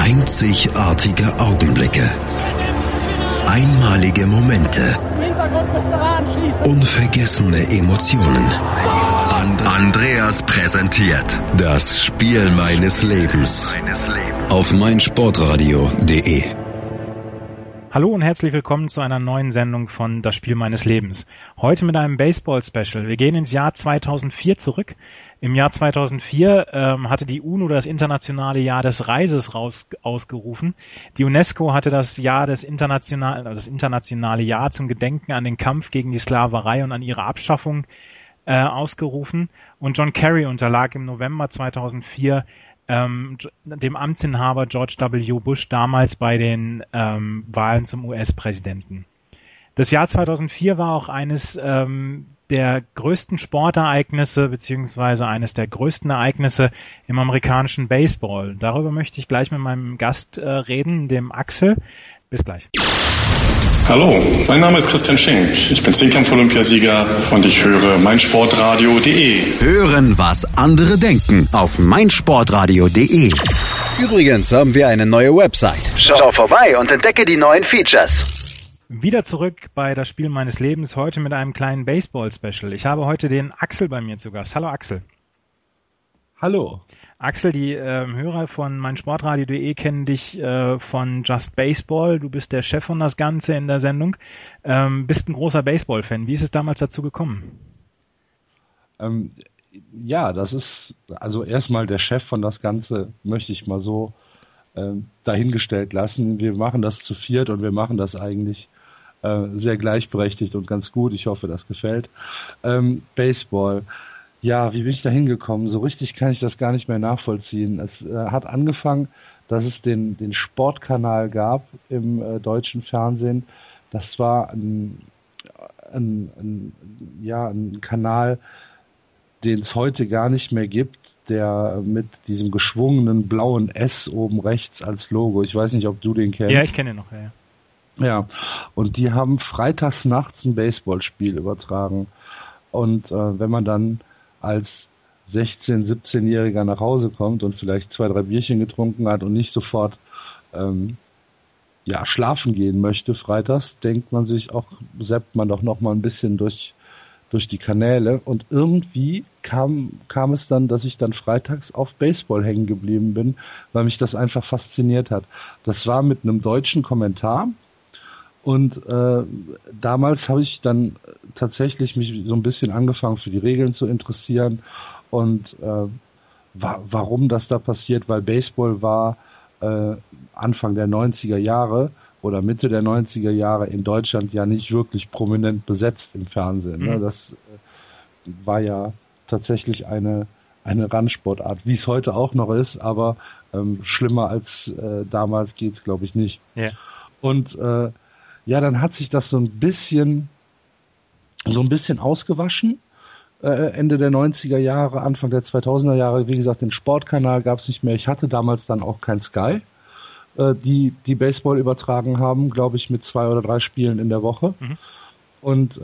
Einzigartige Augenblicke. Einmalige Momente. Unvergessene Emotionen. Andreas präsentiert das Spiel meines Lebens auf meinsportradio.de. Hallo und herzlich willkommen zu einer neuen Sendung von Das Spiel meines Lebens. Heute mit einem Baseball-Special. Wir gehen ins Jahr 2004 zurück. Im Jahr 2004 hatte die UNO das internationale Jahr des Reises ausgerufen. Die UNESCO hatte das internationale Jahr zum Gedenken an den Kampf gegen die Sklaverei und an ihre Abschaffung ausgerufen. Und John Kerry unterlag im November 2004 dem Amtsinhaber George W. Bush damals bei den Wahlen zum US-Präsidenten. Das Jahr 2004 war auch eines der größten Sportereignisse beziehungsweise eines der größten Ereignisse im amerikanischen Baseball. Darüber möchte ich gleich mit meinem Gast reden, dem Axel. Bis gleich. Hallo, mein Name ist Christian Schenk. Ich bin Zehnkampf-Olympiasieger und ich höre meinsportradio.de. Hören, was andere denken auf meinsportradio.de. Übrigens haben wir eine neue Website. Schau vorbei und entdecke die neuen Features. Wieder zurück bei Das Spiel meines Lebens, heute mit einem kleinen Baseball-Special. Ich habe heute den Axel bei mir zu Gast. Hallo Axel. Hallo. Axel, die Hörer von meinsportradio.de kennen dich von Just Baseball. Du bist der Chef von das Ganze in der Sendung. Bist ein großer Baseball-Fan. Wie ist es damals dazu gekommen? Ja, das ist also erstmal der Chef von das Ganze, möchte ich mal so dahingestellt lassen. Wir machen das zu viert und wir machen das eigentlich sehr gleichberechtigt und ganz gut. Ich hoffe, das gefällt. Baseball. Ja, wie bin ich da hingekommen? So richtig kann ich das gar nicht mehr nachvollziehen. Es hat angefangen, dass es den Sportkanal gab im deutschen Fernsehen. Das war ein Kanal, den es heute gar nicht mehr gibt, der mit diesem geschwungenen blauen S oben rechts als Logo. Ich weiß nicht, ob du den kennst. Ja, ich kenne ihn noch, ja. Ja, und die haben freitags nachts ein Baseballspiel übertragen. Und wenn man dann als 16-, 17-Jähriger nach Hause kommt und vielleicht 2, 3 Bierchen getrunken hat und nicht sofort schlafen gehen möchte freitags, denkt man sich auch, zappt man doch noch mal ein bisschen durch die Kanäle. Und irgendwie kam es dann, dass ich dann freitags auf Baseball hängen geblieben bin, weil mich das einfach fasziniert hat. Das war mit einem deutschen Kommentar. Und damals habe ich dann tatsächlich mich so ein bisschen angefangen für die Regeln zu interessieren und warum das da passiert, weil Baseball war Anfang der 90er Jahre oder Mitte der 90er Jahre in Deutschland ja nicht wirklich prominent besetzt im Fernsehen. Ne? Das war ja tatsächlich eine Randsportart, wie es heute auch noch ist, aber schlimmer als damals geht's, glaube ich, nicht. Yeah. Und dann hat sich das so ein bisschen ausgewaschen. Ende der 90er Jahre, Anfang der 2000er Jahre, wie gesagt, den Sportkanal gab es nicht mehr. Ich hatte damals dann auch kein Sky, die Baseball übertragen haben, glaube ich, mit 2 oder 3 Spielen in der Woche. Mhm. Und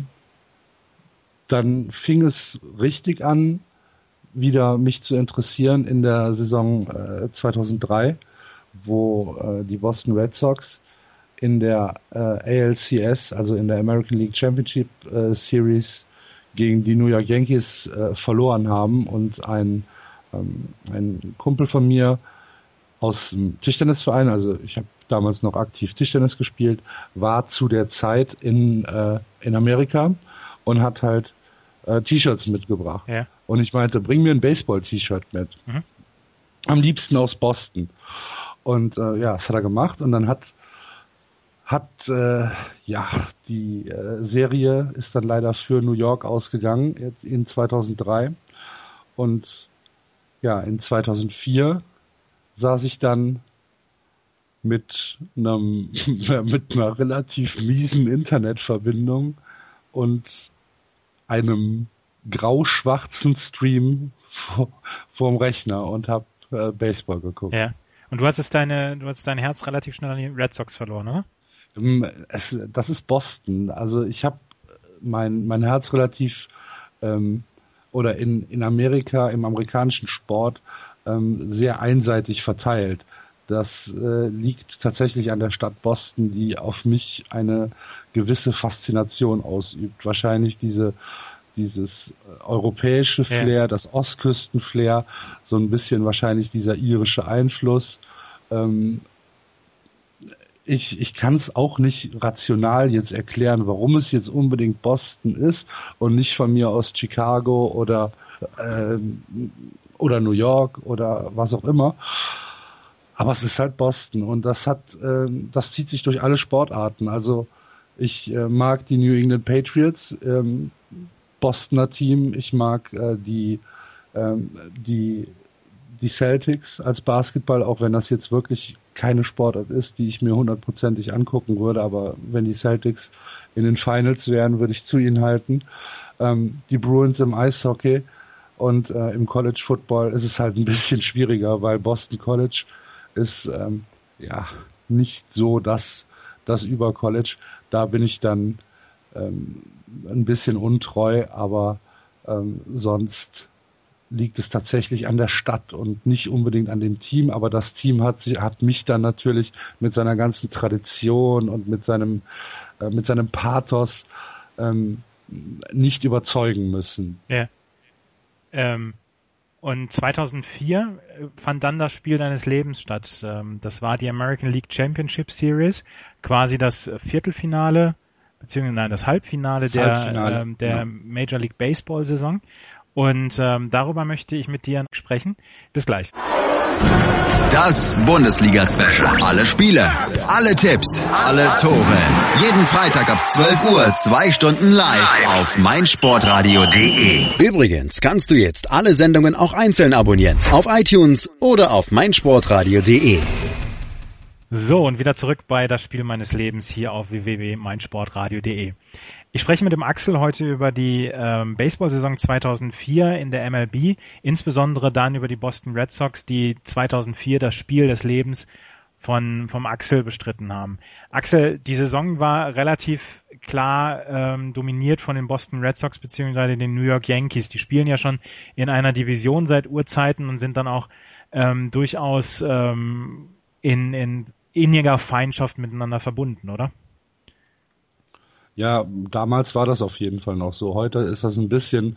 dann fing es richtig an, wieder mich zu interessieren in der Saison 2003, wo die Boston Red Sox in der ALCS, also in der American League Championship Series gegen die New York Yankees verloren haben und ein Kumpel von mir aus dem Tischtennisverein, also ich habe damals noch aktiv Tischtennis gespielt, war zu der Zeit in Amerika und hat halt T-Shirts mitgebracht. Ja. Und ich meinte, bring mir ein Baseball-T-Shirt mit. Mhm. Am liebsten aus Boston. Und das hat er gemacht und dann hat die Serie ist dann leider für New York ausgegangen in 2003 und in 2004 saß ich dann mit einer relativ miesen Internetverbindung und einem grau-schwarzen Stream vorm Rechner und habe Baseball geguckt. Ja. Und du hast dein Herz relativ schnell an die Red Sox verloren, oder? Das ist Boston. Also ich habe mein Herz relativ oder in Amerika, im amerikanischen Sport sehr einseitig verteilt. Das liegt tatsächlich an der Stadt Boston, die auf mich eine gewisse Faszination ausübt. Wahrscheinlich dieses europäische Flair, das Ostküsten-Flair, so ein bisschen wahrscheinlich dieser irische Einfluss. Ich kann es auch nicht rational jetzt erklären, warum es jetzt unbedingt Boston ist und nicht von mir aus Chicago oder New York oder was auch immer. Aber es ist halt Boston und das zieht sich durch alle Sportarten. Also ich mag die New England Patriots, Bostoner Team. Ich mag die Celtics als Basketball, auch wenn das jetzt wirklich keine Sportart ist, die ich mir 100%ig angucken würde. Aber wenn die Celtics in den Finals wären, würde ich zu ihnen halten. Die Bruins im Eishockey und im College Football ist es halt ein bisschen schwieriger, weil Boston College ist nicht so das Über-College. Da bin ich dann ein bisschen untreu, aber sonst liegt es tatsächlich an der Stadt und nicht unbedingt an dem Team. Aber das Team hat mich dann natürlich mit seiner ganzen Tradition und mit seinem Pathos nicht überzeugen müssen. Ja. Und 2004 fand dann das Spiel deines Lebens statt. Das war die American League Championship Series, quasi das Viertelfinale, beziehungsweise das Halbfinale der Major League Baseball Saison. Und darüber möchte ich mit dir sprechen. Bis gleich. Das Bundesliga-Special. Alle Spiele, alle Tipps, alle Tore. Jeden Freitag ab 12 Uhr, 2 Stunden live auf meinsportradio.de. Übrigens kannst du jetzt alle Sendungen auch einzeln abonnieren. Auf iTunes oder auf meinsportradio.de. So, und wieder zurück bei das Spiel meines Lebens hier auf www.meinsportradio.de. Ich spreche mit dem Axel heute über die Baseball-Saison 2004 in der MLB, insbesondere dann über die Boston Red Sox, die 2004 das Spiel des Lebens vom Axel bestritten haben. Axel, die Saison war relativ klar dominiert von den Boston Red Sox bzw. den New York Yankees. Die spielen ja schon in einer Division seit Urzeiten und sind dann auch durchaus in inniger Feindschaft miteinander verbunden, oder? Ja, damals war das auf jeden Fall noch so. Heute ist das ein bisschen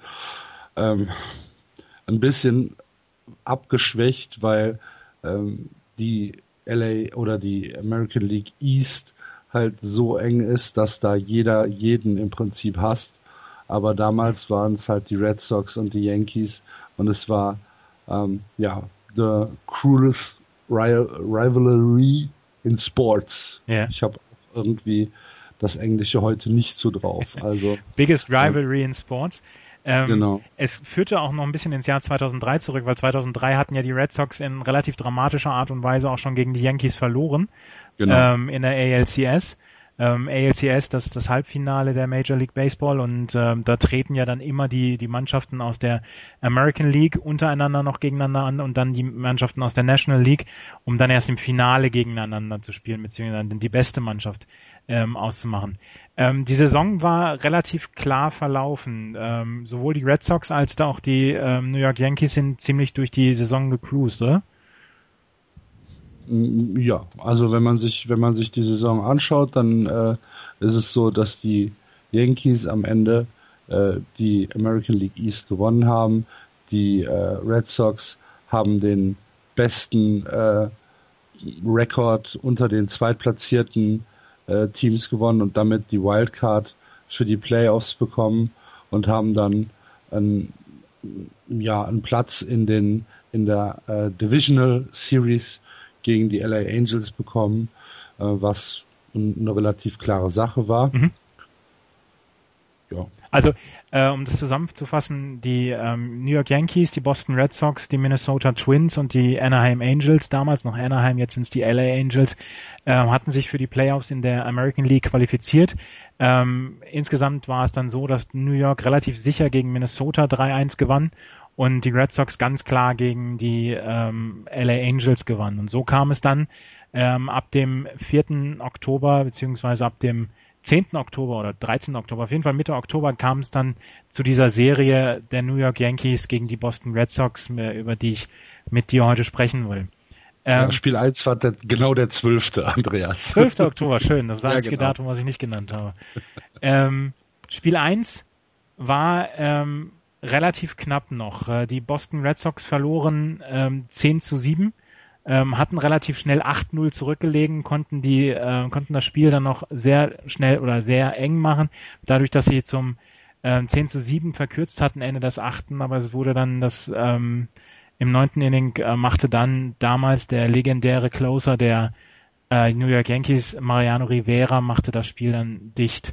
abgeschwächt, weil die LA oder die American League East halt so eng ist, dass da jeder jeden im Prinzip hasst. Aber damals waren es halt die Red Sox und die Yankees und es war the cruelest rivalry in sports. Yeah. Ich habe irgendwie das Englische heute nicht so drauf. Also Biggest Rivalry in Sports. Genau. Es führte auch noch ein bisschen ins Jahr 2003 zurück, weil 2003 hatten ja die Red Sox in relativ dramatischer Art und Weise auch schon gegen die Yankees verloren. Genau. In der ALCS. ALCS, das Halbfinale der Major League Baseball, und da treten ja dann immer die Mannschaften aus der American League untereinander noch gegeneinander an und dann die Mannschaften aus der National League, um dann erst im Finale gegeneinander zu spielen, beziehungsweise dann die beste Mannschaft auszumachen. Die Saison war relativ klar verlaufen. Sowohl die Red Sox als auch die New York Yankees sind ziemlich durch die Saison gecruised, oder? Ja, also wenn man sich die Saison anschaut, dann ist es so, dass die Yankees am Ende die American League East gewonnen haben. Die Red Sox haben den besten Rekord unter den zweitplatzierten Teams gewonnen und damit die Wildcard für die Playoffs bekommen und haben dann einen Platz in der Divisional Series gegen die LA Angels bekommen, was eine relativ klare Sache war. Mhm. Ja. Also, um das zusammenzufassen, die New York Yankees, die Boston Red Sox, die Minnesota Twins und die Anaheim Angels, damals noch Anaheim, jetzt sind es die LA Angels, hatten sich für die Playoffs in der American League qualifiziert. Insgesamt war es dann so, dass New York relativ sicher gegen Minnesota 3-1 gewann und die Red Sox ganz klar gegen die LA Angels gewannen. Und so kam es dann ab dem 4. Oktober beziehungsweise ab dem 10. Oktober oder 13. Oktober, auf jeden Fall Mitte Oktober kam es dann zu dieser Serie der New York Yankees gegen die Boston Red Sox, über die ich mit dir heute sprechen will. Spiel 1 war genau der 12. Andreas. 12. Oktober, schön. Das ist das einzige genau. Datum, was ich nicht genannt habe. Spiel 1 war relativ knapp noch. Die Boston Red Sox verloren 10-7, hatten relativ schnell 8-0 zurückgelegen, konnten das Spiel dann noch sehr schnell oder sehr eng machen, dadurch, dass sie zum 10-7 verkürzt hatten, Ende des 8. Aber es wurde dann im 9. Inning machte dann damals der legendäre Closer der New York Yankees, Mariano Rivera, machte das Spiel dann dicht.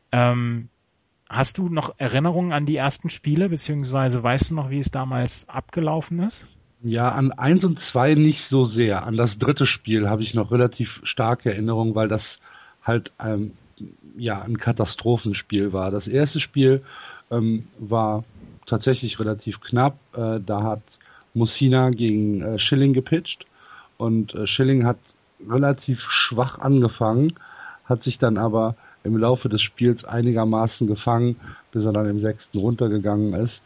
Hast du noch Erinnerungen an die ersten Spiele, beziehungsweise weißt du noch, wie es damals abgelaufen ist? Ja, an 1 und 2 nicht so sehr. An das 3. Spiel habe ich noch relativ starke Erinnerungen, weil das halt ein Katastrophenspiel war. Das erste Spiel war tatsächlich relativ knapp. Da hat Mussina gegen Schilling gepitcht und Schilling hat relativ schwach angefangen, hat sich dann aber im Laufe des Spiels einigermaßen gefangen, bis er dann im 6. runtergegangen ist.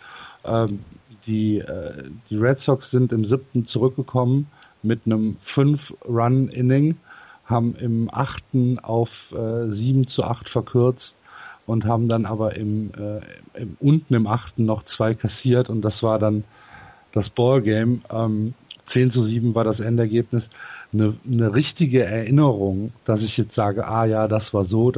Die Red Sox sind im 7. zurückgekommen mit einem 5-Run-Inning, haben im 8. auf 7-8 verkürzt und haben dann aber unten im 8. noch 2 kassiert und das war dann das Ballgame. 10-7 war das Endergebnis. Eine richtige Erinnerung, dass ich jetzt sage, das war so,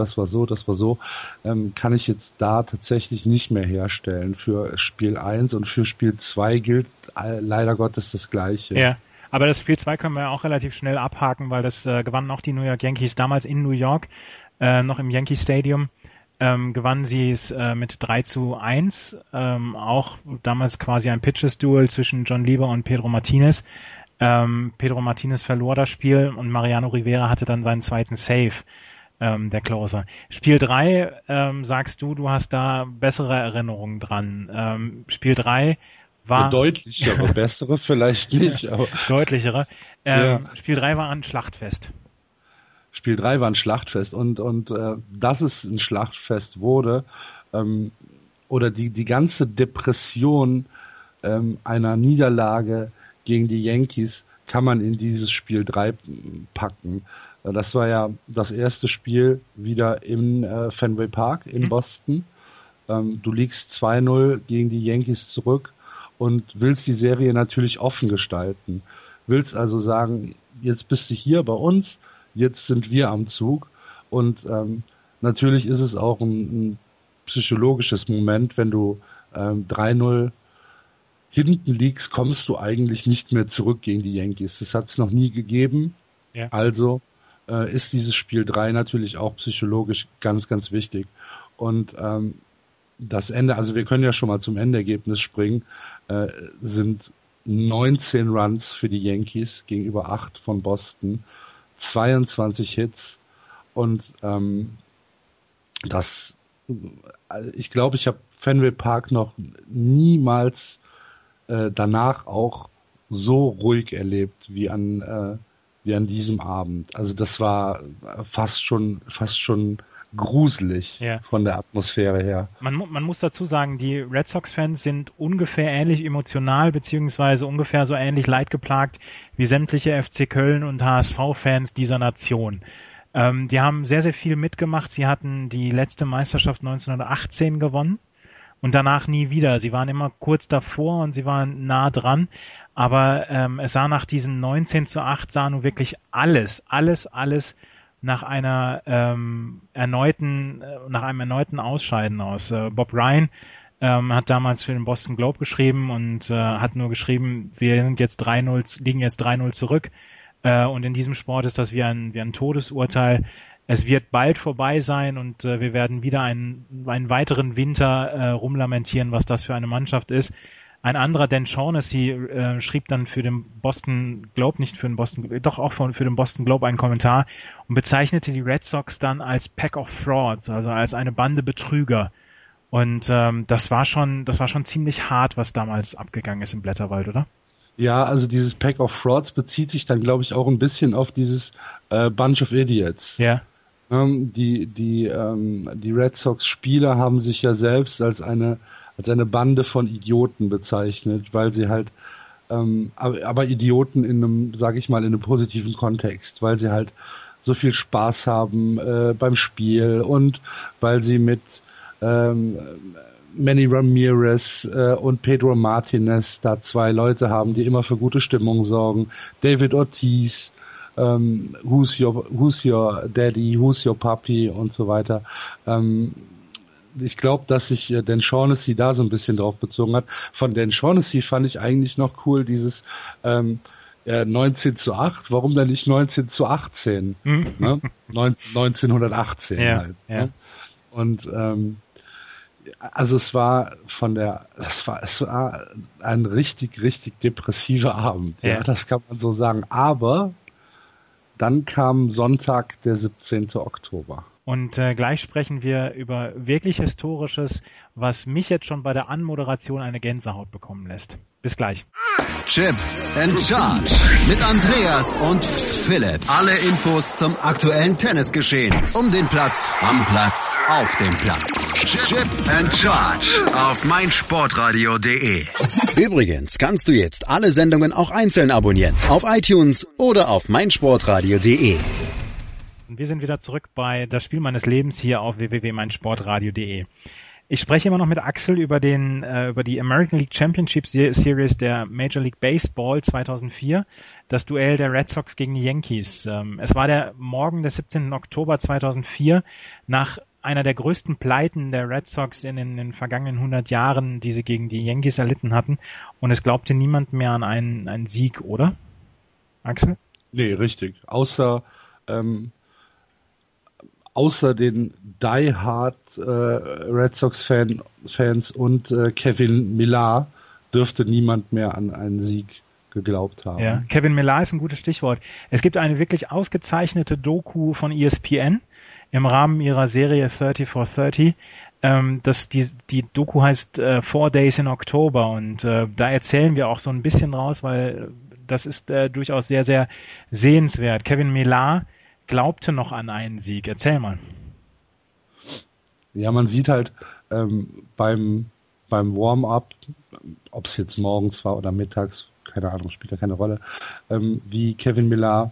kann ich jetzt da tatsächlich nicht mehr herstellen. Für Spiel 1 und für Spiel 2 gilt leider Gottes das Gleiche. Ja, aber das Spiel 2 können wir auch relativ schnell abhaken, weil das gewannen auch die New York Yankees damals in New York, noch im Yankee Stadium. Gewannen sie es mit 3-1, auch damals quasi ein Pitchers-Duel zwischen John Lieber und Pedro Martinez. Pedro Martinez verlor das Spiel und Mariano Rivera hatte dann seinen zweiten Save, der Closer. Spiel 3, sagst du hast da bessere Erinnerungen dran. Spiel 3 war... Deutlichere, bessere vielleicht nicht, aber... Deutlichere. Spiel 3 war ein Schlachtfest. Spiel 3 war ein Schlachtfest und dass es ein Schlachtfest wurde, oder die ganze Depression einer Niederlage gegen die Yankees kann man in dieses Spiel 3 packen. Das war ja das erste Spiel wieder im Fenway Park in Boston. Du liegst 2-0 gegen die Yankees zurück und willst die Serie natürlich offen gestalten. Willst also sagen, jetzt bist du hier bei uns, jetzt sind wir am Zug und natürlich ist es auch ein psychologisches Moment, wenn du 3-0 hinten liegst, kommst du eigentlich nicht mehr zurück gegen die Yankees. Das hat es noch nie gegeben. Ja. Also ist dieses Spiel 3 natürlich auch psychologisch ganz, ganz wichtig. Und das Ende, also wir können ja schon mal zum Endergebnis springen, sind 19 Runs für die Yankees gegenüber 8 von Boston, 22 Hits und ich glaube, ich habe Fenway Park noch niemals danach auch so ruhig erlebt wie an diesem Abend. Also das war fast schon gruselig von der Atmosphäre her. Man muss dazu sagen, die Red Sox-Fans sind ungefähr ähnlich emotional beziehungsweise ungefähr so ähnlich leidgeplagt wie sämtliche FC Köln und HSV-Fans dieser Nation. Die haben sehr, sehr viel mitgemacht. Sie hatten die letzte Meisterschaft 1918 gewonnen. Und danach nie wieder. Sie waren immer kurz davor und sie waren nah dran. Aber es sah nach diesen 19-8 sah nun wirklich alles nach einem erneuten Ausscheiden aus. Bob Ryan hat damals für den Boston Globe geschrieben und hat nur geschrieben, sie sind jetzt liegen jetzt 3-0 zurück. Und in diesem Sport ist das wie ein Todesurteil. Es wird bald vorbei sein und wir werden wieder einen weiteren Winter rumlamentieren, was das für eine Mannschaft ist. Ein anderer, Dan Shaughnessy, schrieb dann für den Boston Globe, für den Boston Globe einen Kommentar und bezeichnete die Red Sox dann als Pack of Frauds, also als eine Bande Betrüger. Und das war schon ziemlich hart, was damals abgegangen ist im Blätterwald, oder? Ja, also dieses Pack of Frauds bezieht sich dann, glaube ich, auch ein bisschen auf dieses Bunch of Idiots. Ja. Die Red Sox-Spieler haben sich ja selbst als eine Bande von Idioten bezeichnet, weil sie halt aber Idioten in einem, sage ich mal, in einem positiven Kontext, weil sie halt so viel Spaß haben beim Spiel und weil sie mit Manny Ramirez und Pedro Martinez da zwei Leute haben, die immer für gute Stimmung sorgen. David Ortiz, who's your daddy, who's your puppy und so weiter. Ich glaube, dass sich Dan Shaughnessy da so ein bisschen drauf bezogen hat. Von Dan Shaughnessy fand ich eigentlich noch cool dieses 19:8, warum denn nicht 19:18? Ne? 1918 ja, halt. Ja. Ne? Und also es war ein richtig, richtig depressiver Abend. Ja, das kann man so sagen. Aber dann kam Sonntag, der 17. Oktober. Und gleich sprechen wir über wirklich Historisches, was mich jetzt schon bei der Anmoderation eine Gänsehaut bekommen lässt. Bis gleich. Chip and Charge mit Andreas und Philipp. Alle Infos zum aktuellen Tennisgeschehen. Um den Platz, am Platz, auf dem Platz. Chip and Charge auf meinsportradio.de. Übrigens kannst du jetzt alle Sendungen auch einzeln abonnieren. Auf iTunes oder auf meinsportradio.de. Wir sind wieder zurück bei Das Spiel meines Lebens hier auf www.meinsportradio.de. Ich spreche immer noch mit Axel über die American League Championship Series der Major League Baseball 2004, das Duell der Red Sox gegen die Yankees. Es war der Morgen des 17. Oktober 2004, nach einer der größten Pleiten der Red Sox in den vergangenen 100 Jahren, die sie gegen die Yankees erlitten hatten. Und es glaubte niemand mehr an einen Sieg, oder? Axel? Nee, richtig. Außer den Die-Hard Red Sox-Fans und Kevin Millar dürfte niemand mehr an einen Sieg geglaubt haben. Ja, Kevin Millar ist ein gutes Stichwort. Es gibt eine wirklich ausgezeichnete Doku von ESPN im Rahmen ihrer Serie 30 for 30. Die Doku heißt 4 Days in October und da erzählen wir auch so ein bisschen raus, weil das ist durchaus sehr, sehr sehenswert. Kevin Millar glaubte noch an einen Sieg. Erzähl mal. Ja, man sieht halt beim Warm-up, ob es jetzt morgens war oder mittags, keine Ahnung, spielt ja keine Rolle, wie Kevin Millar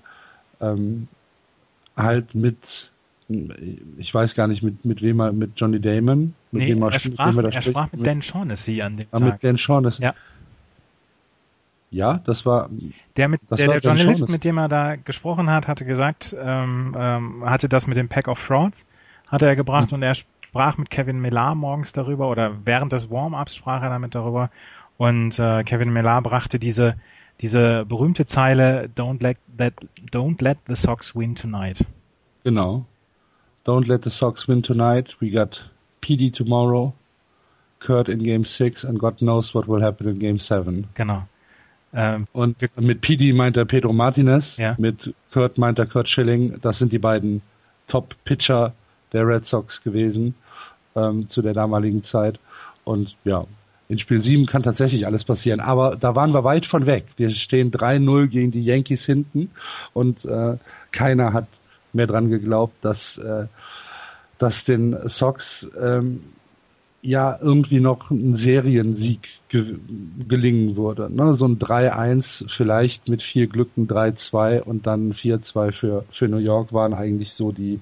halt mit, ich weiß gar nicht, mit wem er, mit Johnny Damon? Er sprach mit Dan Shaughnessy an dem Tag. Mit Dan Shaughnessy. Ja. Ja, das war der Journalist, mit dem er da gesprochen hat, hatte gesagt, hatte das mit dem Pack of Frauds, hatte er gebracht und er sprach mit Kevin Millar morgens darüber oder während des Warm-ups sprach er damit darüber und Kevin Millar brachte diese berühmte Zeile Don't let the Sox win tonight. Genau. Don't let the Sox win tonight. We got PD tomorrow, Kurt in Game 6 and God knows what will happen in Game 7. Genau. Und mit PD meint er Pedro Martinez, ja. Mit Kurt meint er Curt Schilling. Das sind die beiden Top-Pitcher der Red Sox gewesen zu der damaligen Zeit. Und ja, in Spiel 7 kann tatsächlich alles passieren. Aber da waren wir weit von weg. Wir stehen 3-0 gegen die Yankees hinten und keiner hat mehr dran geglaubt, dass den Sox ja irgendwie noch ein Seriensieg gelingen würde. Ne? So ein 3-1, vielleicht mit viel Glück ein 3-2 und dann 4-2 für New York waren eigentlich so die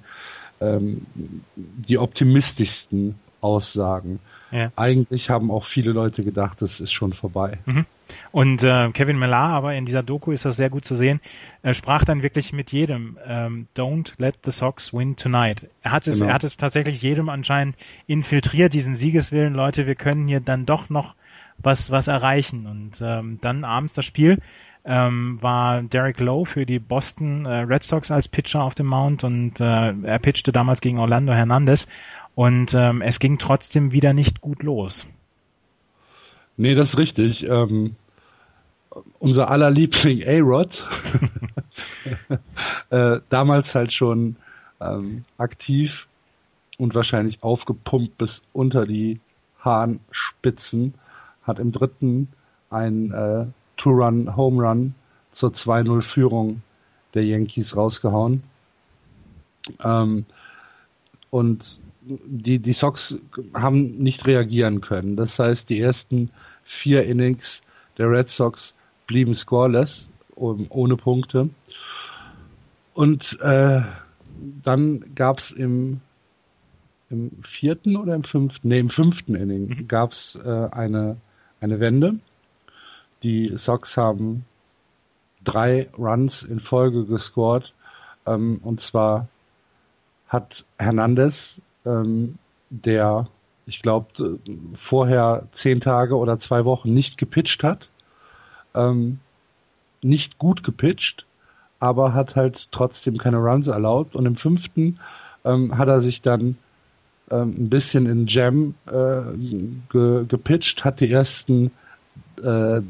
optimistischsten Aussagen. Ja. Eigentlich haben auch viele Leute gedacht, das ist schon vorbei. Mhm. Und Kevin Millar, aber in dieser Doku ist das sehr gut zu sehen, sprach dann wirklich mit jedem Don't let the Sox win tonight. Er hat es tatsächlich jedem anscheinend infiltriert, diesen Siegeswillen. Leute, wir können hier dann doch noch was erreichen. Und dann abends das Spiel war Derek Lowe für die Boston Red Sox als Pitcher auf dem Mount und er pitchte damals gegen Orlando Hernandez und es ging trotzdem wieder nicht gut los. Nee, das ist richtig. Unser aller Liebling A-Rod, damals halt schon aktiv und wahrscheinlich aufgepumpt bis unter die Haarspitzen, hat im dritten ein Two-Run-Home-Run zur 2-0-Führung der Yankees rausgehauen. Und die Sox haben nicht reagieren können. Das heißt, die ersten 4 Innings der Red Sox blieben scoreless, ohne Punkte. Und dann gab's im vierten oder im fünften? Nee, im fünften Inning gab's eine Wende. Die Sox haben 3 Runs in Folge gescored. Und zwar hat Hernandez, der, ich glaube, vorher 10 Tage oder 2 Wochen nicht gepitcht hat, nicht gut gepitcht, aber hat halt trotzdem keine Runs erlaubt. Und im fünften hat er sich dann ein bisschen in Jam gepitcht, hat die ersten 2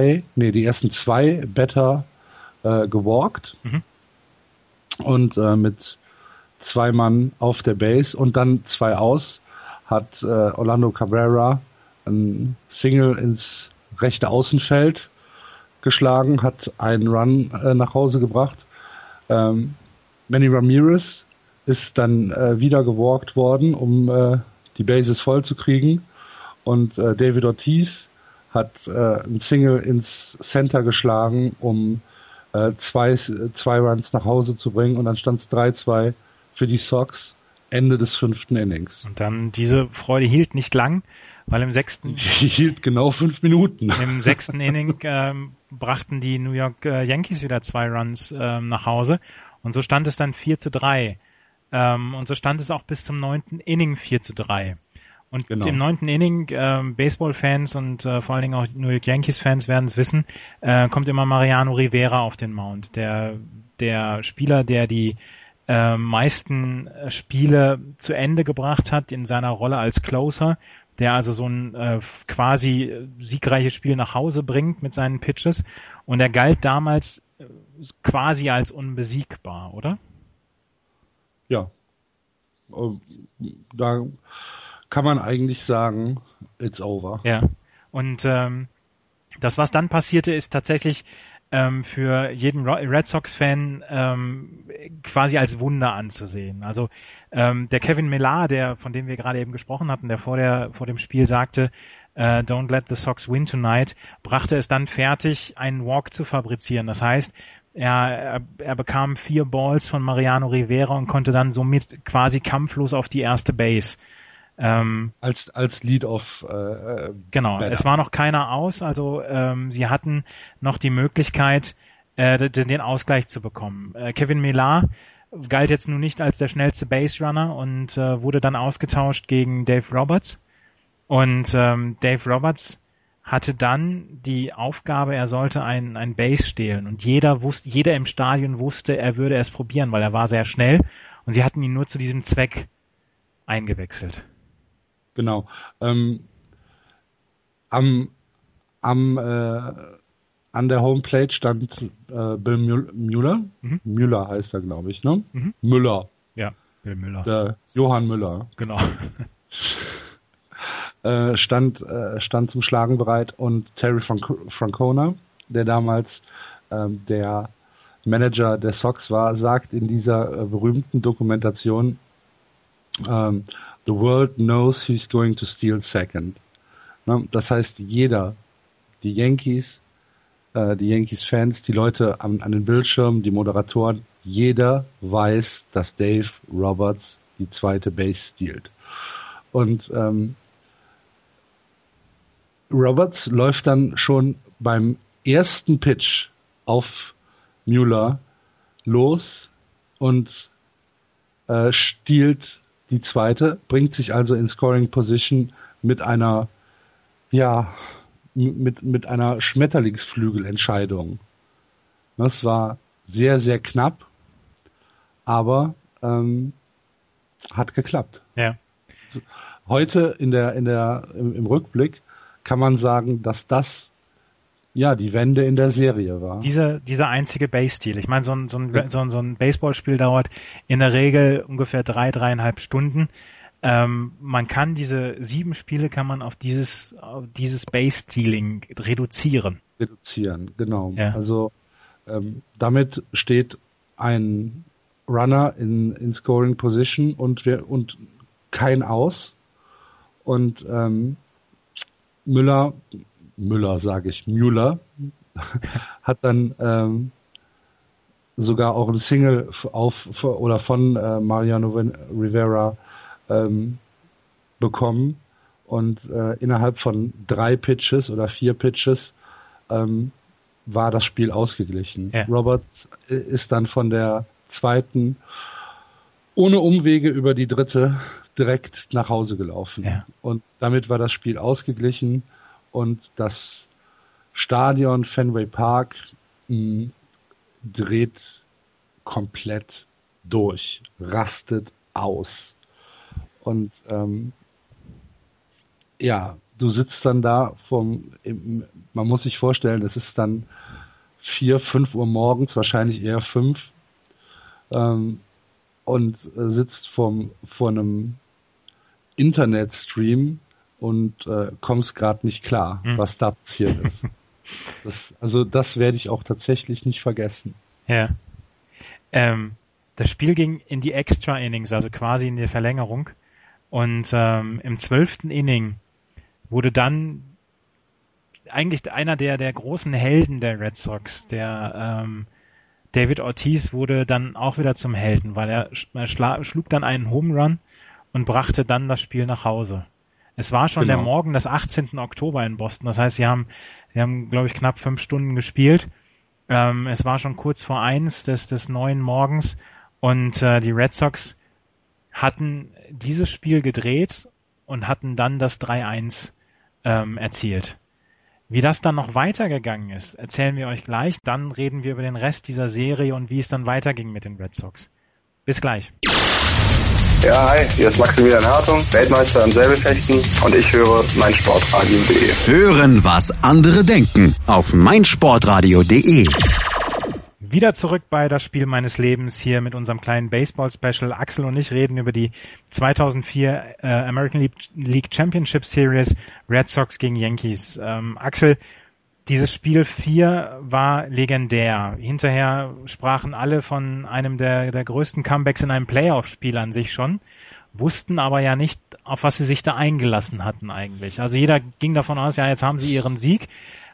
Batter gewalkt und mit 2 Mann auf der Base und dann 2 aus hat Orlando Cabrera ein Single ins rechte Außenfeld geschlagen, hat einen Run nach Hause gebracht. Manny Ramirez ist dann wieder gewalkt worden, um die Bases voll zu kriegen. Und David Ortiz hat ein Single ins Center geschlagen, um 2 Runs nach Hause zu bringen. Und dann stand es 3-2 für die Sox, Ende des 5. Innings. Und dann diese Freude hielt nicht lang, weil im 6. Die hielt genau 5 Minuten. Im 6. Inning brachten die New York Yankees wieder 2 Runs nach Hause. Und so stand es dann 4-3. Und so stand es auch bis zum 9. Inning 4-3. Und genau. Im 9. Inning, Baseball-Fans und vor allen Dingen auch New York Yankees-Fans werden es wissen, kommt immer Mariano Rivera auf den Mound. Der Spieler, der die meisten Spiele zu Ende gebracht hat in seiner Rolle als Closer, der also so ein quasi siegreiches Spiel nach Hause bringt mit seinen Pitches. Und er galt damals quasi als unbesiegbar, oder? Ja. Da kann man eigentlich sagen, it's over. Ja. Und das, was dann passierte, ist tatsächlich für jeden Red Sox-Fan quasi als Wunder anzusehen. Also der Kevin Millar, von dem wir gerade eben gesprochen hatten, der vor dem Spiel sagte, Don't let the Sox win tonight, brachte es dann fertig, einen Walk zu fabrizieren. Das heißt, er bekam 4 Balls von Mariano Rivera und konnte dann somit quasi kampflos auf die erste Base. Als Lead-Off. Genau, Batter. Es war noch keiner aus, also sie hatten noch die Möglichkeit, den Ausgleich zu bekommen. Kevin Millar galt jetzt nun nicht als der schnellste Base-Runner und wurde dann ausgetauscht gegen Dave Roberts. Und Dave Roberts hatte dann die Aufgabe, er sollte ein Base stehlen. Und jeder im Stadion wusste, er würde es probieren, weil er war sehr schnell. Und sie hatten ihn nur zu diesem Zweck eingewechselt. Genau. An der Homeplate stand Bill Mueller. Müller heißt er, glaube ich, ne? Müller. Ja, Bill Müller. Der Johann Müller. Genau. Stand zum Schlagen bereit und Terry Francona, der damals der Manager der Sox war, sagt in dieser berühmten Dokumentation, The world knows he's going to steal second. Das heißt, jeder, die Yankees-Fans, die Leute an den Bildschirmen, die Moderatoren, jeder weiß, dass Dave Roberts die zweite Base stiehlt. Und Roberts läuft dann schon beim ersten Pitch auf Mueller los und stiehlt die zweite, bringt sich also in Scoring Position mit einer Schmetterlingsflügelentscheidung. Das war sehr, sehr knapp, aber hat geklappt. Ja. Heute im Rückblick kann man sagen, dass das die Wende in der Serie war. Dieser einzige Base-Steal. Ich meine, so ein Baseballspiel dauert in der Regel ungefähr 3,5 Stunden. Man kann diese 7 Spiele auf dieses Base-Stealing reduzieren. Genau. Ja. Also damit steht ein Runner in Scoring Position und kein Aus. Und Mueller hat dann sogar auch ein Single von Mariano Rivera bekommen und innerhalb von 3 Pitches oder 4 Pitches war das Spiel ausgeglichen. Ja. Roberts ist dann von der zweiten ohne Umwege über die dritte direkt nach Hause gelaufen. Ja. Und damit war das Spiel ausgeglichen und das Stadion Fenway Park dreht komplett durch, rastet aus. Und du sitzt dann da man muss sich vorstellen, es ist dann 4, 5 Uhr morgens, wahrscheinlich eher 5, und sitzt vor einem Internetstream und kommst gerade nicht klar, was da passiert ist. Das werde ich auch tatsächlich nicht vergessen. Ja. Das Spiel ging in die Extra Innings, also quasi in die Verlängerung. Und im 12. Inning wurde dann eigentlich einer der großen Helden der Red Sox, der David Ortiz, wurde dann auch wieder zum Helden, weil er schlug dann einen Home Run und brachte dann das Spiel nach Hause. Es war schon der Morgen des 18. Oktober in Boston, das heißt, sie haben glaube ich, knapp 5 Stunden gespielt. Es war schon kurz vor 1 des 9 morgens und die Red Sox hatten dieses Spiel gedreht und hatten dann das 3-1 erzielt. Wie das dann noch weitergegangen ist, erzählen wir euch gleich. Dann reden wir über den Rest dieser Serie und wie es dann weiterging mit den Red Sox. Bis gleich. Ja, hi, hier ist Maximilian Hartung, Weltmeister im Säbelfechten und ich höre meinsportradio.de. Hören, was andere denken auf meinsportradio.de. Wieder zurück bei das Spiel meines Lebens hier mit unserem kleinen Baseball-Special. Axel und ich reden über die 2004 American League Championship Series Red Sox gegen Yankees. Axel, dieses Spiel 4 war legendär. Hinterher sprachen alle von einem der größten Comebacks in einem Playoff-Spiel an sich schon, wussten aber ja nicht, auf was sie sich da eingelassen hatten eigentlich. Also jeder ging davon aus, ja, jetzt haben sie ihren Sieg.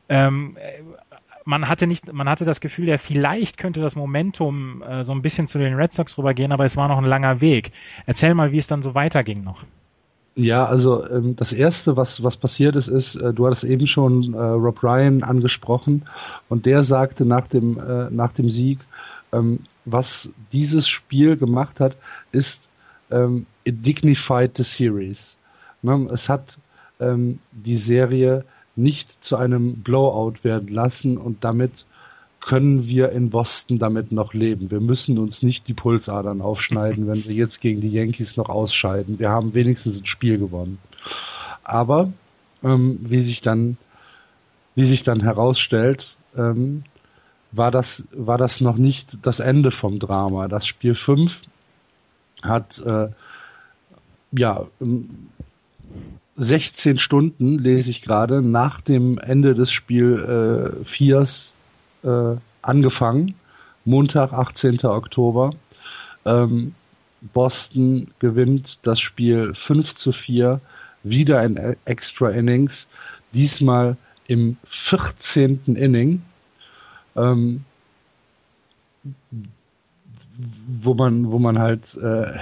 Man hatte das Gefühl, ja, vielleicht könnte das Momentum so ein bisschen zu den Red Sox rübergehen, aber es war noch ein langer Weg. Erzähl mal, wie es dann so weiterging noch. Ja, also das Erste, was passiert ist, du hattest eben schon Rob Ryan angesprochen und der sagte nach dem Sieg, was dieses Spiel gemacht hat, ist it dignified the series. Ne? Es hat die Serie nicht zu einem Blowout werden lassen und damit können wir in Boston damit noch leben. Wir müssen uns nicht die Pulsadern aufschneiden, wenn wir jetzt gegen die Yankees noch ausscheiden. Wir haben wenigstens ein Spiel gewonnen. Aber wie sich dann herausstellt, war das noch nicht das Ende vom Drama. Das Spiel 5 hat 16 Stunden, lese ich gerade, nach dem Ende des Spiel 4 angefangen. Montag, 18. Oktober. Boston gewinnt das Spiel 5-4, wieder in Extra Innings, diesmal im 14. Inning, wo man halt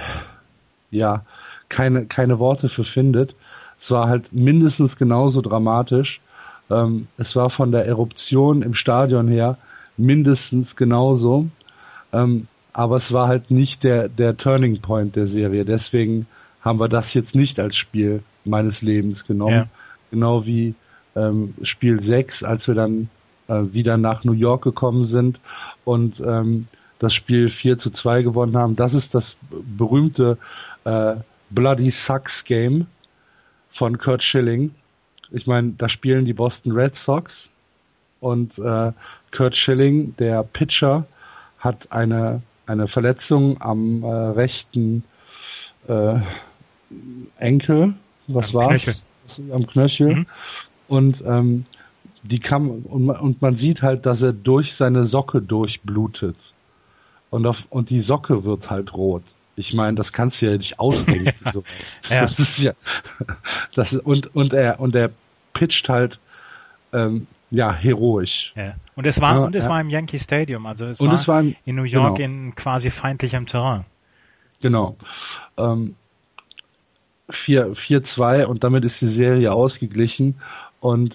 keine Worte für findet. Es war halt mindestens genauso dramatisch. Es war von der Eruption im Stadion her mindestens genauso. Aber es war halt nicht der Turning Point der Serie. Deswegen haben wir das jetzt nicht als Spiel meines Lebens genommen. Ja. Genau wie Spiel 6, als wir dann wieder nach New York gekommen sind und das Spiel 4-2 gewonnen haben. Das ist das berühmte Bloody Sucks Game von Curt Schilling. Ich meine, da spielen die Boston Red Sox und Curt Schilling, der Pitcher, hat eine Verletzung am rechten Enkel. Was war's? Knöchel. Am Knöchel. Mhm. Und und man sieht halt, dass er durch seine Socke durchblutet. Und die Socke wird halt rot. Ich meine, das kannst du ja nicht ausdenken. Ja. Das ist ja, und er pitcht halt ja, heroisch. Ja. Und es war im Yankee Stadium, also es war in New York in quasi feindlichem Terrain. Genau. 4-2 und damit ist die Serie ausgeglichen und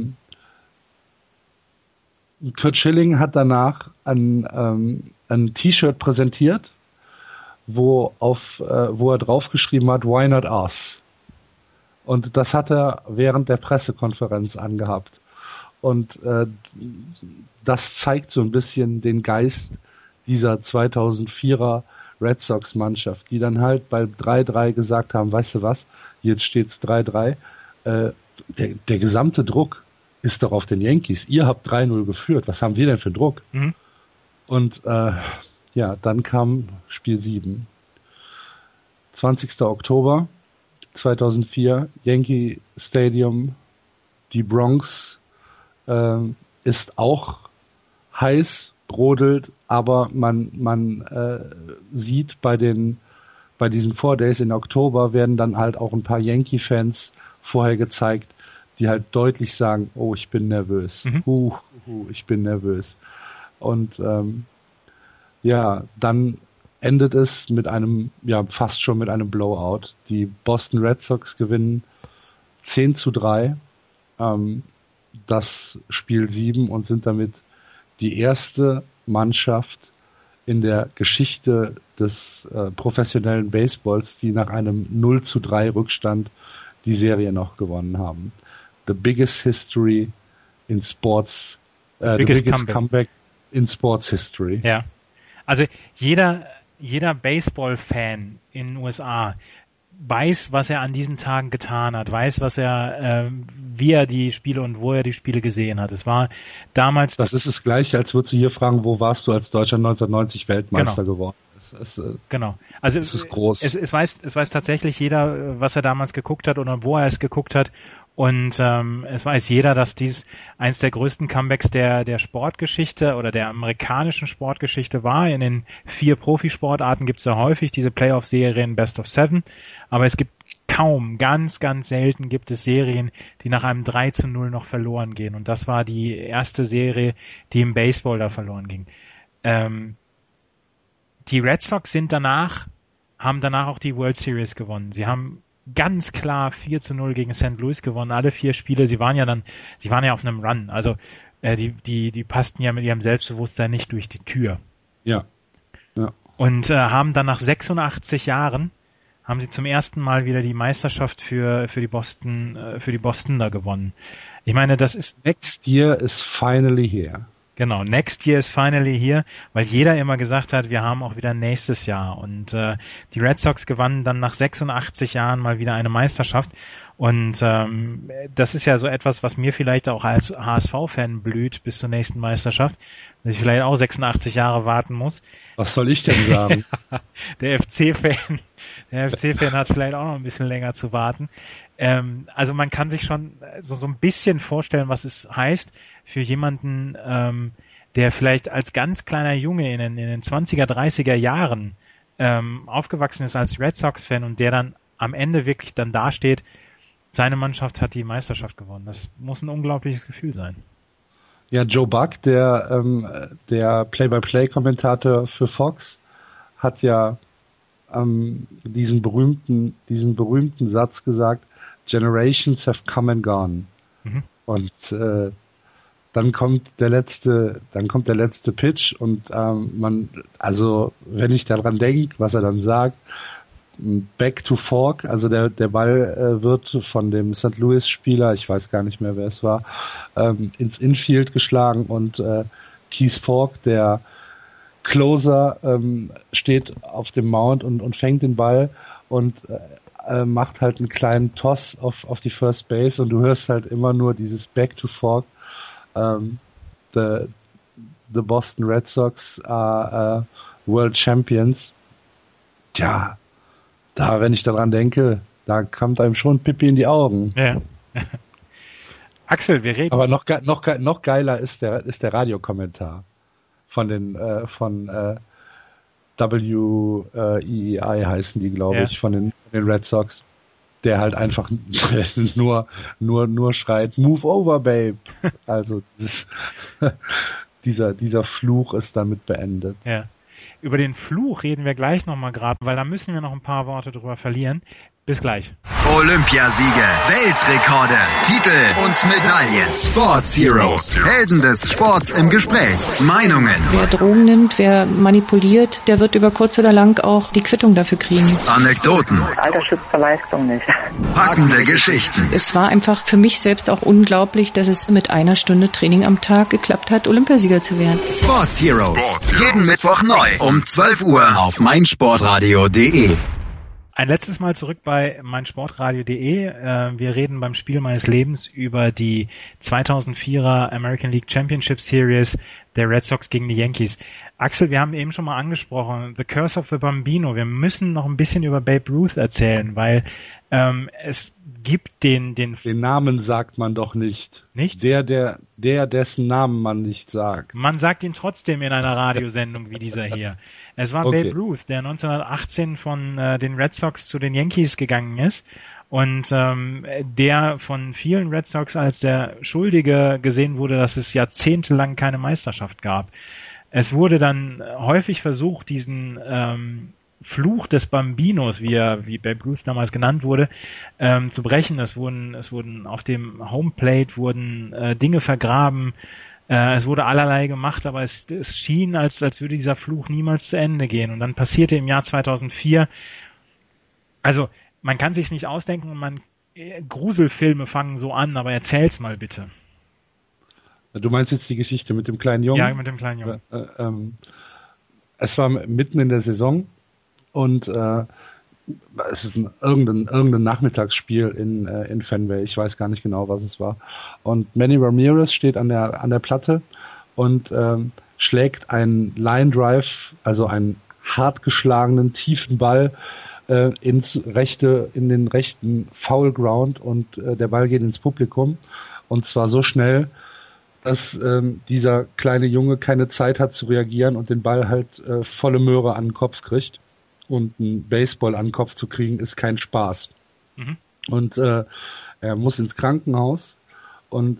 Curt Schilling hat danach ein T-Shirt präsentiert, wo er draufgeschrieben hat, "Why not us?" Und das hat er während der Pressekonferenz angehabt. Und das zeigt so ein bisschen den Geist dieser 2004er Red Sox Mannschaft, die dann halt bei 3-3 gesagt haben, weißt du was, jetzt steht's 3-3, der gesamte Druck ist doch auf den Yankees. Ihr habt 3-0 geführt, was haben wir denn für Druck? Mhm. Und dann kam Spiel 7. 20. Oktober 2004, Yankee Stadium, die Bronx ist auch heiß, brodelt, aber man sieht bei diesen 4 Days in Oktober werden dann halt auch ein paar Yankee-Fans vorher gezeigt, die halt deutlich sagen, oh, ich bin nervös. Ich bin nervös. Und dann endet es mit fast schon mit einem Blowout. Die Boston Red Sox gewinnen 10-3 das Spiel 7 und sind damit die erste Mannschaft in der Geschichte des professionellen Baseballs, die nach einem 0-3 Rückstand die Serie noch gewonnen haben. The biggest history in sports, the biggest comeback in sports history. Ja. Also jeder Baseball-Fan in den USA weiß, was er an diesen Tagen getan hat, weiß, wie er die Spiele und wo er die Spiele gesehen hat. Es war damals... Das ist das Gleiche, als würdest du hier fragen, wo warst du als Deutscher 1990 Weltmeister geworden? Genau. Also es ist groß. Es weiß tatsächlich jeder, was er damals geguckt hat oder wo er es geguckt hat. Und es weiß jeder, dass dies eins der größten Comebacks der Sportgeschichte oder der amerikanischen Sportgeschichte war. In den 4 Profisportarten gibt es ja häufig diese Playoff-Serien Best of 7, aber es gibt ganz, ganz selten gibt es Serien, die nach einem 3-0 noch verloren gehen. Und das war die erste Serie, die im Baseball da verloren ging. Die Red Sox haben danach auch die World Series gewonnen. Sie haben ganz klar 4-0 gegen St. Louis gewonnen, alle 4 Spiele. Sie waren ja auf einem Run. Also die passten ja mit ihrem Selbstbewusstsein nicht durch die Tür. Ja. Und haben dann nach 86 Jahren haben sie zum ersten Mal wieder die Meisterschaft für die Bostoner gewonnen. Ich meine, das ist Next year is finally here. Genau, next year is finally here, weil jeder immer gesagt hat, wir haben auch wieder nächstes Jahr. Und die Red Sox gewannen dann nach 86 Jahren mal wieder eine Meisterschaft. Und das ist ja so etwas, was mir vielleicht auch als HSV-Fan blüht bis zur nächsten Meisterschaft, dass ich vielleicht auch 86 Jahre warten muss. Was soll ich denn sagen? Der FC-Fan hat vielleicht auch noch ein bisschen länger zu warten. Also man kann sich schon so ein bisschen vorstellen, was es heißt für jemanden, der vielleicht als ganz kleiner Junge in den 20er, 30er Jahren aufgewachsen ist als Red Sox-Fan und der dann am Ende wirklich dann dasteht, seine Mannschaft hat die Meisterschaft gewonnen. Das muss ein unglaubliches Gefühl sein. Ja, Joe Buck, der Play-by-Play-Kommentator für Fox, hat ja diesen berühmten Satz gesagt, Generations have come and gone. Mhm. Und dann kommt der letzte Pitch und wenn ich daran denke, was er dann sagt, Back to Fork, also der Ball wird von dem St. Louis Spieler, ich weiß gar nicht mehr, wer es war, ins Infield geschlagen und Keith Fork, der Closer, steht auf dem Mound und fängt den Ball und macht halt einen kleinen Toss auf die First Base und du hörst halt immer nur dieses Back to Fork. The Boston Red Sox are World Champions. Tja, wenn ich daran denke, da kommt einem schon Pippi in die Augen. Ja. Axel, wir reden. Aber noch geiler ist der Radiokommentar von WEEI heißen die, glaube ich, von den Red Sox. der halt einfach nur schreit, move over, babe. Also dieser Fluch ist damit beendet. Ja. Über den Fluch reden wir gleich nochmal gerade, weil da müssen wir noch ein paar Worte drüber verlieren. Bis gleich. Olympiasiege, Weltrekorde, Titel und Medaillen. Sports Heroes, Helden des Sports im Gespräch. Meinungen. Wer Drogen nimmt, wer manipuliert, der wird über kurz oder lang auch die Quittung dafür kriegen. Anekdoten. Das Alter schützt zur Leistung nicht. Packende Geschichten. Es war einfach für mich selbst auch unglaublich, dass es mit 1 Stunde Training am Tag geklappt hat, Olympiasieger zu werden. Sports Heroes. Jeden Mittwoch neu um 12 Uhr auf meinsportradio.de. Ein letztes Mal zurück bei meinsportradio.de. Wir reden beim Spiel meines Lebens über die 2004er American League Championship Series der Red Sox gegen die Yankees. Axel, wir haben eben schon mal angesprochen, The Curse of the Bambino. Wir müssen noch ein bisschen über Babe Ruth erzählen, weil es gibt den Namen sagt man doch nicht. Nicht? Dessen Namen man nicht sagt. Man sagt ihn trotzdem in einer Radiosendung wie dieser hier. Es war Okay. Babe Ruth, der 1918 von den Red Sox zu den Yankees gegangen ist und der von vielen Red Sox als der Schuldige gesehen wurde, dass es jahrzehntelang keine Meisterschaft gab. Es wurde dann häufig versucht, diesen Fluch des Bambinos, wie Babe Ruth damals genannt wurde, zu brechen. Es wurden auf dem Homeplate Dinge vergraben. Es wurde allerlei gemacht, aber es schien, als würde dieser Fluch niemals zu Ende gehen. Und dann passierte im Jahr 2004, also man kann sich's nicht ausdenken und Gruselfilme fangen so an, aber erzähl's mal bitte. Du meinst jetzt die Geschichte mit dem kleinen Jungen? Ja, mit dem kleinen Jungen. Es war mitten in der Saison und es ist irgendein Nachmittagsspiel in Fenway. Ich weiß gar nicht genau, was es war. Und Manny Ramirez steht an der Platte und schlägt einen Line Drive, also einen hart geschlagenen, tiefen Ball in den rechten Foul Ground und der Ball geht ins Publikum. Und zwar so schnell, dass dieser kleine Junge keine Zeit hat zu reagieren und den Ball halt volle Möhre an den Kopf kriegt. Und einen Baseball an den Kopf zu kriegen, ist kein Spaß. Mhm. Und er muss ins Krankenhaus und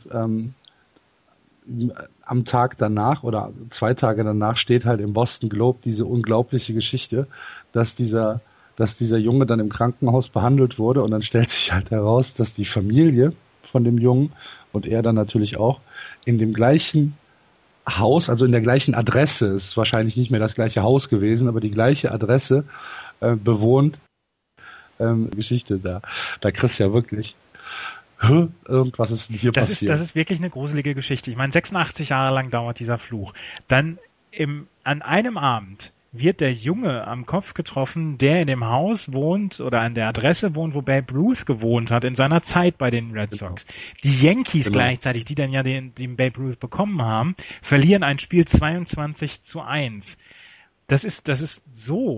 am Tag danach oder 2 Tage danach steht halt im Boston Globe diese unglaubliche Geschichte, dass dieser Junge dann im Krankenhaus behandelt wurde und dann stellt sich halt heraus, dass die Familie von dem Jungen und er dann natürlich auch in dem gleichen Haus, also in der gleichen Adresse, ist wahrscheinlich nicht mehr das gleiche Haus gewesen, aber die gleiche Adresse bewohnt. Geschichte, da kriegst du ja wirklich, irgendwas ist denn hier passiert. Das ist wirklich eine gruselige Geschichte. Ich meine, 86 Jahre lang dauert dieser Fluch. Dann an einem Abend wird der Junge am Kopf getroffen, der in dem Haus wohnt oder an der Adresse wohnt, wo Babe Ruth gewohnt hat in seiner Zeit bei den Red Sox. Die Yankees gleichzeitig, die dann ja den Babe Ruth bekommen haben, verlieren ein Spiel 22-1. Das sind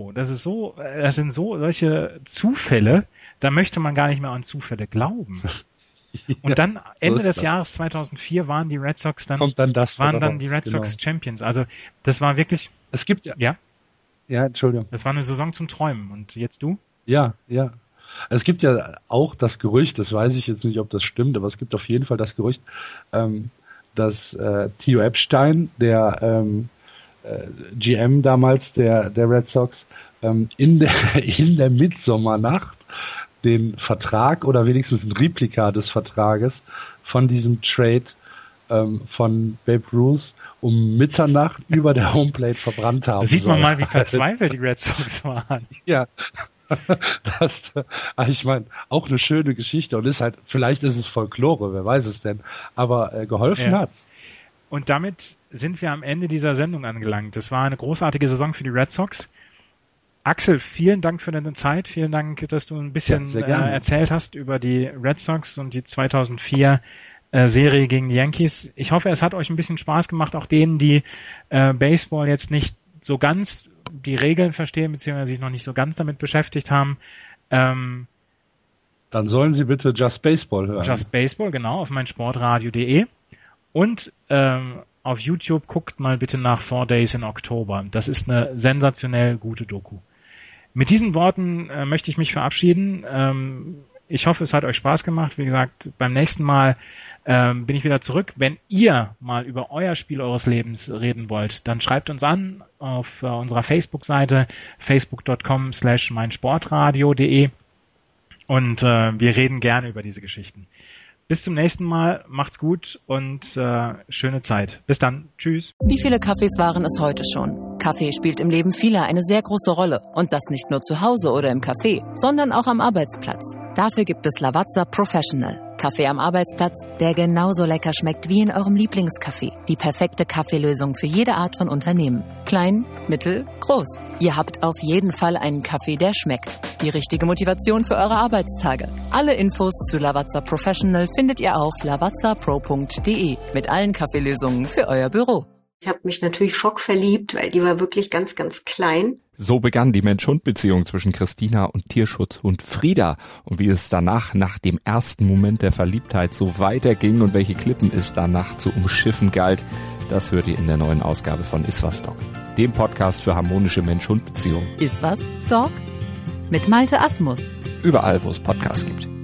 solche Zufälle, da möchte man gar nicht mehr an Zufälle glauben. Und dann Ende des Jahres 2004 waren die Red Sox die Red Sox Champions. Also das war wirklich. Es gibt Ja, Entschuldigung. Das war eine Saison zum Träumen. Und jetzt du? Ja. Es gibt ja auch das Gerücht, das weiß ich jetzt nicht, ob das stimmt, aber es gibt auf jeden Fall das Gerücht, dass Theo Epstein, der GM damals der Red Sox, in der Mitsommernacht den Vertrag oder wenigstens ein Replika des Vertrages von diesem Trade von Babe Ruth um Mitternacht über der Homeplate verbrannt haben. Da sieht man mal, wie verzweifelt die Red Sox waren. Ja, ich meine, auch eine schöne Geschichte und vielleicht ist es Folklore, wer weiß es denn, aber geholfen hat's. Und damit sind wir am Ende dieser Sendung angelangt. Das war eine großartige Saison für die Red Sox. Axel, vielen Dank für deine Zeit. Vielen Dank, dass du ein bisschen erzählt hast über die Red Sox und die 2004 Serie gegen die Yankees. Ich hoffe, es hat euch ein bisschen Spaß gemacht, auch denen, die Baseball jetzt nicht so ganz die Regeln verstehen, beziehungsweise sich noch nicht so ganz damit beschäftigt haben. Dann sollen sie bitte Just Baseball hören. Just Baseball, genau, auf meinsportradio.de. Und auf YouTube guckt mal bitte nach 4 Days in October. Das ist eine sensationell gute Doku. Mit diesen Worten möchte ich mich verabschieden. Ich hoffe, es hat euch Spaß gemacht. Wie gesagt, beim nächsten Mal bin ich wieder zurück. Wenn ihr mal über euer Spiel eures Lebens reden wollt, dann schreibt uns an auf unserer Facebook-Seite facebook.com/meinsportradio.de und wir reden gerne über diese Geschichten. Bis zum nächsten Mal, macht's gut und schöne Zeit. Bis dann, tschüss. Wie viele Kaffees waren es heute schon? Kaffee spielt im Leben vieler eine sehr große Rolle. Und das nicht nur zu Hause oder im Café, sondern auch am Arbeitsplatz. Dafür gibt es Lavazza Professional. Kaffee am Arbeitsplatz, der genauso lecker schmeckt wie in eurem Lieblingscafé. Die perfekte Kaffeelösung für jede Art von Unternehmen. Klein, mittel, groß. Ihr habt auf jeden Fall einen Kaffee, der schmeckt. Die richtige Motivation für eure Arbeitstage. Alle Infos zu Lavazza Professional findet ihr auf lavazzapro.de mit allen Kaffeelösungen für euer Büro. Ich habe mich natürlich schockverliebt, weil die war wirklich ganz, ganz klein. So begann die Mensch-Hund-Beziehung zwischen Christina und Tierschutzhund Frieda. Und wie es danach, nach dem ersten Moment der Verliebtheit, so weiterging und welche Klippen es danach zu umschiffen galt, das hört ihr in der neuen Ausgabe von Iswas Dog, dem Podcast für harmonische Mensch-Hund-Beziehungen. Iswas Dog? Mit Malte Asmus. Überall, wo es Podcasts gibt.